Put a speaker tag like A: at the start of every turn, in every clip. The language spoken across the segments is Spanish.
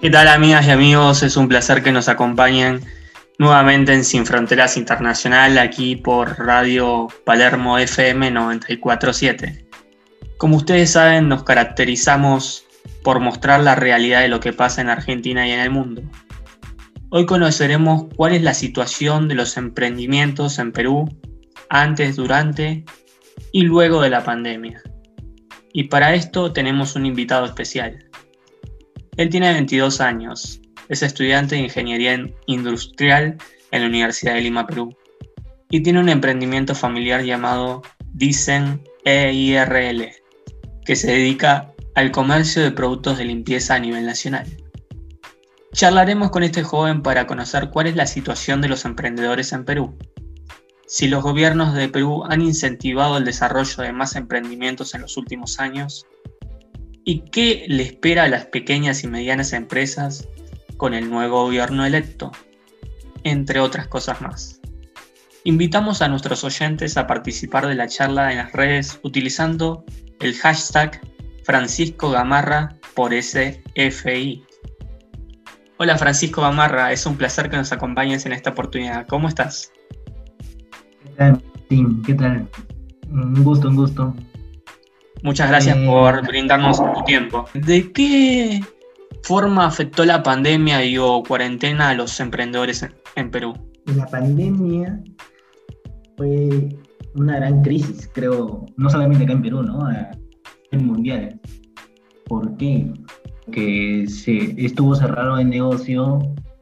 A: ¿Qué tal, amigas y amigos? Es un placer que nos acompañen nuevamente en Sin Fronteras Internacional, aquí por Radio Palermo FM 94.7. Como ustedes saben, nos caracterizamos por mostrar la realidad de lo que pasa en Argentina y en el mundo. Hoy conoceremos cuál es la situación de los emprendimientos en Perú antes, durante y luego de la pandemia. Y para esto tenemos un invitado especial. Él tiene 22 años, es estudiante de Ingeniería Industrial en la Universidad de Lima, Perú, y tiene un emprendimiento familiar llamado Dicen EIRL, que se dedica al comercio de productos de limpieza a nivel nacional. Charlaremos con este joven para conocer cuál es la situación de los emprendedores en Perú, si los gobiernos de Perú han incentivado el desarrollo de más emprendimientos en los últimos años, ¿y qué le espera a las pequeñas y medianas empresas con el nuevo gobierno electo? Entre otras cosas más. Invitamos a nuestros oyentes a participar de la charla en las redes utilizando el hashtag Francisco Gamarra por SFI. Hola Francisco Gamarra, es un placer que nos acompañes en esta oportunidad. ¿Cómo estás?
B: ¿Qué tal, Tim? ¿Qué tal? Un gusto.
A: Muchas gracias por brindarnos tu tiempo. ¿De qué forma afectó la pandemia o cuarentena a los emprendedores en Perú?
B: La pandemia fue una gran crisis, creo, no solamente acá en Perú, ¿no? A nivel mundial. ¿Por qué? Que se estuvo cerrado el negocio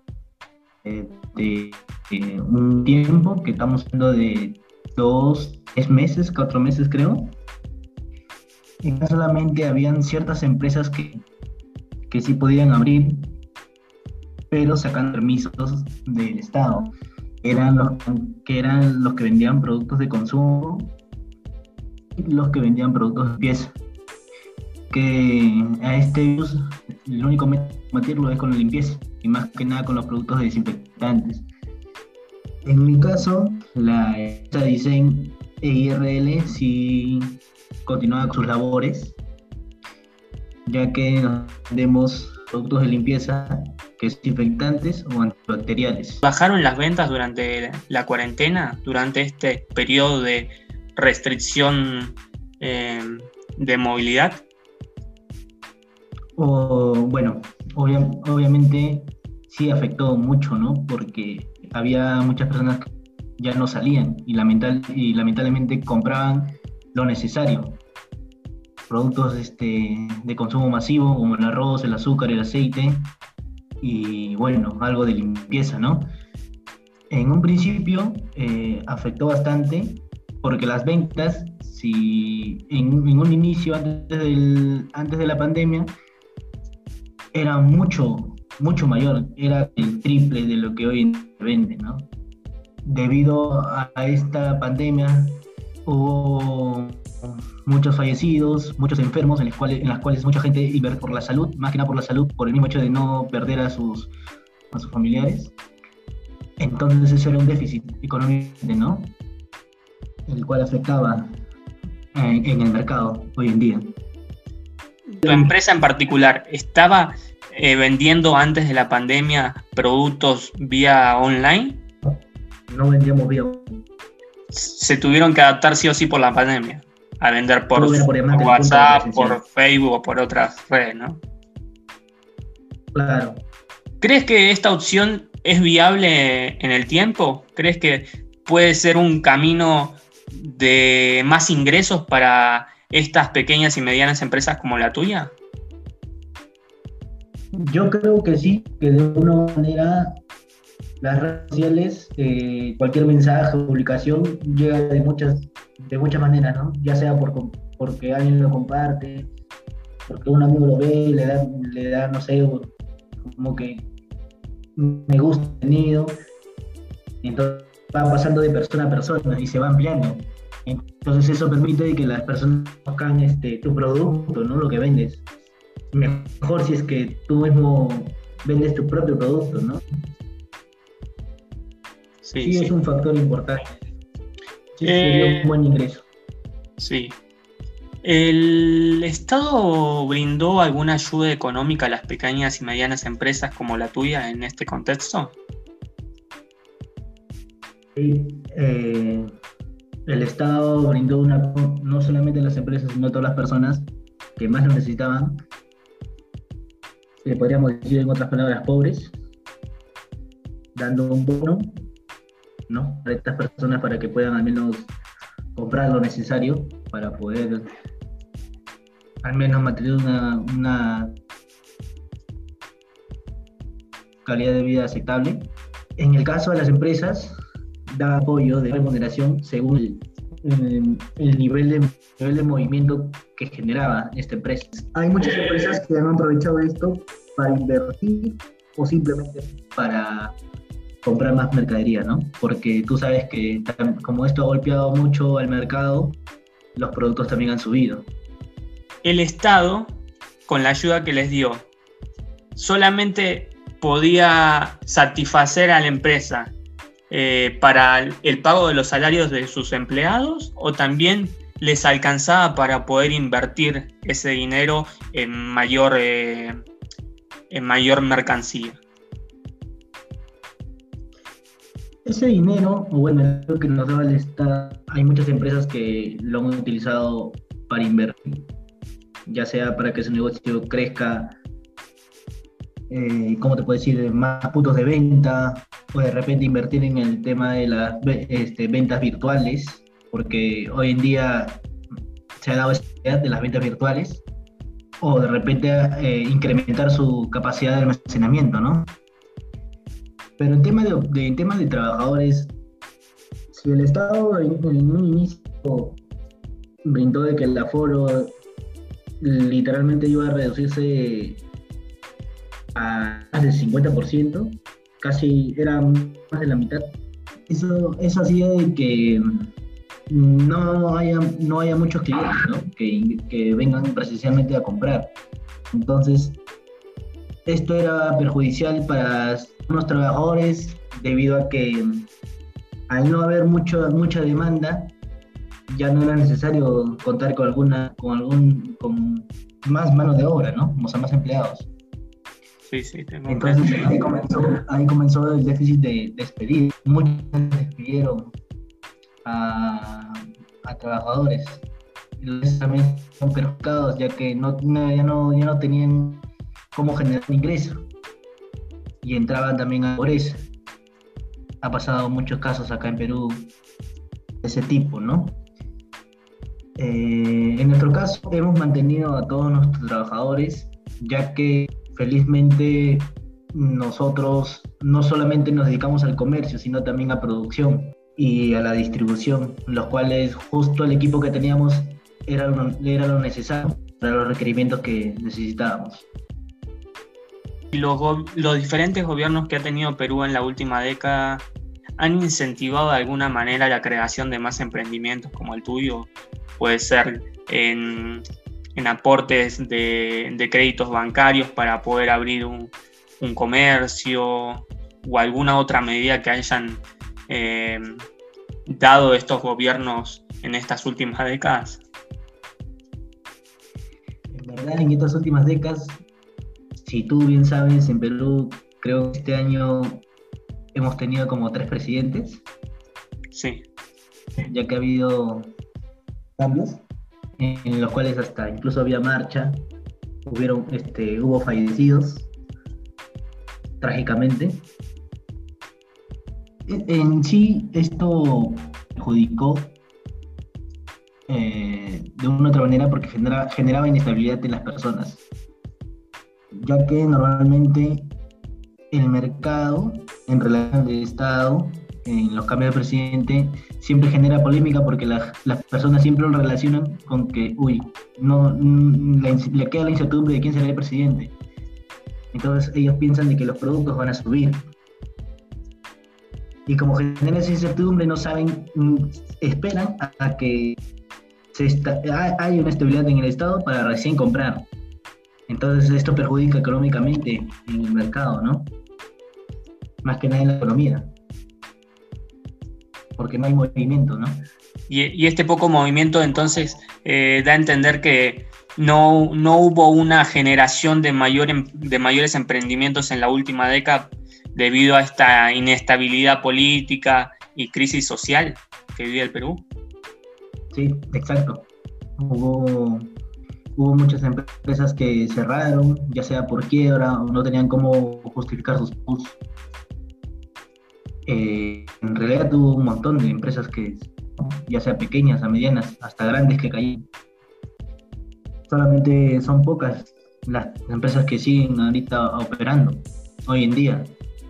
B: de un tiempo, que estamos hablando de 3 meses, 4 meses creo. Y no solamente habían ciertas empresas que sí podían abrir, pero sacando permisos del Estado. Eran los que vendían productos de consumo y los que vendían productos de limpieza. Que a este virus el único método de combatirlo es con la limpieza y más que nada con los productos desinfectantes. En mi caso, la empresa Dicen EIRL sí continuaba con sus labores, ya que nos vendemos productos de limpieza, que es desinfectantes o antibacteriales.
A: ¿Bajaron las ventas durante la cuarentena, durante este periodo de restricción de movilidad?
B: Bueno, obviamente sí afectó mucho, ¿no? Porque había muchas personas que ya no salían y lamentablemente compraban lo necesario. Productos de consumo masivo como el arroz, el azúcar, el aceite y bueno, algo de limpieza, ¿no? En un principio afectó bastante porque las ventas, si en un inicio antes de la pandemia, era mucho mayor, era el triple de lo que hoy se vende, ¿no? Debido a esta pandemia hubo muchos fallecidos, muchos enfermos, en las cuales mucha gente por la salud, más que nada por la salud, por el mismo hecho de no perder a sus familiares. Entonces eso era un déficit económico, ¿no? El cual afectaba en el mercado hoy en día.
A: ¿Tu empresa en particular estaba vendiendo antes de la pandemia productos vía online?
B: No vendíamos vía.
A: Se tuvieron que adaptar sí o sí por la pandemia, a vender por WhatsApp, por Facebook o por otras redes, ¿no?
B: Claro.
A: ¿Crees que esta opción es viable en el tiempo? ¿Crees que puede ser un camino de más ingresos para estas pequeñas y medianas empresas como la tuya?
B: Yo creo que sí, que de una manera las redes sociales, cualquier mensaje o publicación llega de muchas maneras, ¿no? Ya sea porque alguien lo comparte, porque un amigo lo ve y le da, no sé, como que me gusta el contenido, entonces va pasando de persona a persona y se va ampliando. Entonces eso permite que las personas conozcan tu producto, ¿no? Lo que vendes. Mejor si es que tú mismo vendes tu propio producto, ¿no? Sí. Es un factor importante. Sí, sería un buen ingreso.
A: Sí. ¿El Estado brindó alguna ayuda económica a las pequeñas y medianas empresas como la tuya en este contexto?
B: Sí, el Estado brindó no solamente a las empresas, sino a todas las personas que más lo necesitaban, podríamos decir en otras palabras, pobres, dando un bono, ¿no? Para estas personas para que puedan al menos comprar lo necesario para poder al menos mantener una calidad de vida aceptable. En el caso de las empresas, da apoyo de remuneración según el nivel de movimiento que generaba esta empresa. Hay muchas empresas que han aprovechado esto para invertir o simplemente para comprar más mercadería, ¿no? Porque tú sabes que como esto ha golpeado mucho al mercado, los productos también han subido.
A: El Estado, con la ayuda que les dio, solamente podía satisfacer a la empresa para el pago de los salarios de sus empleados, o también les alcanzaba para poder invertir ese dinero en mayor mercancía.
B: Ese dinero, o bueno, lo que nos daba el Estado, hay muchas empresas que lo han utilizado para invertir, ya sea para que su negocio crezca, ¿cómo te puedo decir?, más puntos de venta, o de repente invertir en el tema de las ventas virtuales, porque hoy en día se ha dado esa idea de las ventas virtuales, o de repente incrementar su capacidad de almacenamiento, ¿no? Pero en tema de trabajadores, si el Estado en un inicio brindó de que el aforo literalmente iba a reducirse a más del 50%, casi era más de la mitad, eso hacía de que no haya muchos clientes, ¿no? que vengan precisamente a comprar. Entonces, esto era perjudicial para unos trabajadores debido a que al no haber mucha demanda, ya no era necesario contar con más mano de obra, ¿no? O sea, más empleados.
A: Sí, tengo.
B: Entonces ahí comenzó el déficit de despedir. Muchos despidieron a trabajadores. Y los también son perjudicados, ya que ya no tenían cómo generar ingresos. Y entraban también a la pobreza. Ha pasado muchos casos acá en Perú de ese tipo, ¿no? En nuestro caso hemos mantenido a todos nuestros trabajadores, ya que felizmente nosotros no solamente nos dedicamos al comercio, sino también a producción y a la distribución, los cuales justo el equipo que teníamos era lo necesario para los requerimientos que necesitábamos.
A: Los diferentes gobiernos que ha tenido Perú en la última década han incentivado de alguna manera la creación de más emprendimientos como el tuyo. Puede ser en aportes de créditos bancarios para poder abrir un comercio, o alguna otra medida que hayan dado estos gobiernos en estas últimas décadas.
B: En verdad, en estas últimas décadas, si tú bien sabes, en Perú creo que este año hemos tenido como 3 presidentes.
A: Sí.
B: Ya que ha habido cambios en los cuales hasta incluso había marcha, hubo fallecidos trágicamente. En sí esto perjudicó de una u otra manera porque generaba inestabilidad en las personas, ya que normalmente el mercado en relación al Estado, en los cambios de presidente, siempre genera polémica porque las personas siempre lo relacionan con que, le queda la incertidumbre de quién será el presidente. Entonces ellos piensan de que los productos van a subir. Y como genera esa incertidumbre, no saben, esperan a que haya una estabilidad en el Estado para recién comprar. Entonces esto perjudica económicamente en el mercado, ¿no? Más que nada en la economía. Porque no hay movimiento, ¿no?
A: Y este poco movimiento entonces da a entender que no hubo una generación de mayores emprendimientos en la última década debido a esta inestabilidad política y crisis social que vive el Perú.
B: Sí, exacto. Hubo muchas empresas que cerraron, ya sea por quiebra o no tenían cómo justificar sus pagos. En realidad hubo un montón de empresas que, ya sea pequeñas, a medianas, hasta grandes, que cayeron. Solamente son pocas las empresas que siguen ahorita operando hoy en día.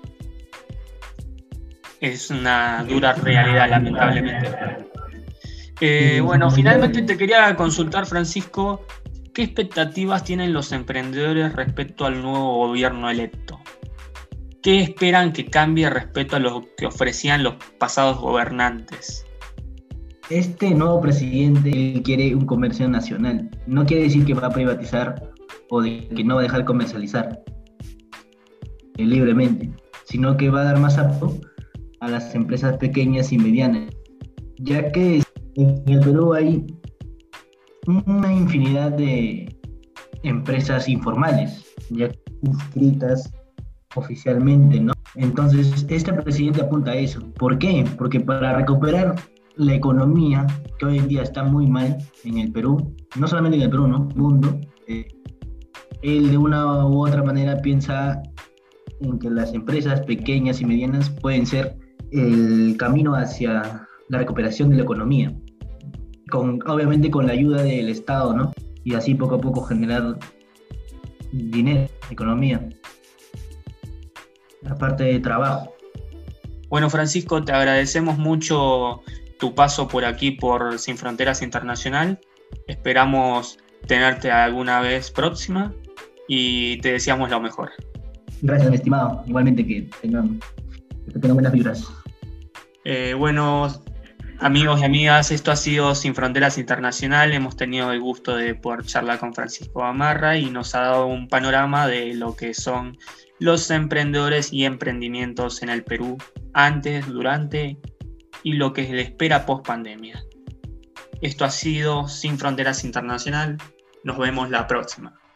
A: Es una dura realidad, lamentablemente. Bueno, finalmente te quería consultar, Francisco, ¿qué expectativas tienen los emprendedores respecto al nuevo gobierno electo? ¿Qué esperan que cambie respecto a lo que ofrecían los pasados gobernantes?
B: Este nuevo presidente quiere un comercio nacional. No quiere decir que va a privatizar o de que no va a dejar comercializar libremente, sino que va a dar más apoyo a las empresas pequeñas y medianas, ya que en el Perú hay una infinidad de empresas informales, ya inscritas oficialmente, ¿no? Entonces, este presidente apunta a eso. ¿Por qué? Porque para recuperar la economía, que hoy en día está muy mal en el Perú, no solamente en el Perú, ¿no? En el mundo, él de una u otra manera piensa en que las empresas pequeñas y medianas pueden ser el camino hacia la recuperación de la economía, obviamente con la ayuda del Estado, ¿no? Y así poco a poco generar dinero, economía, aparte de trabajo.
A: Bueno, Francisco, te agradecemos mucho tu paso por aquí, por Sin Fronteras Internacional. Esperamos tenerte alguna vez próxima y te deseamos lo mejor.
B: Gracias, mi estimado. Igualmente que tengan buenas vibras.
A: Bueno, amigos y amigas, esto ha sido Sin Fronteras Internacional. Hemos tenido el gusto de poder charlar con Francisco Gamarra y nos ha dado un panorama de lo que son los emprendedores y emprendimientos en el Perú antes, durante y lo que le espera post pandemia. Esto ha sido Sin Fronteras Internacional. Nos vemos la próxima.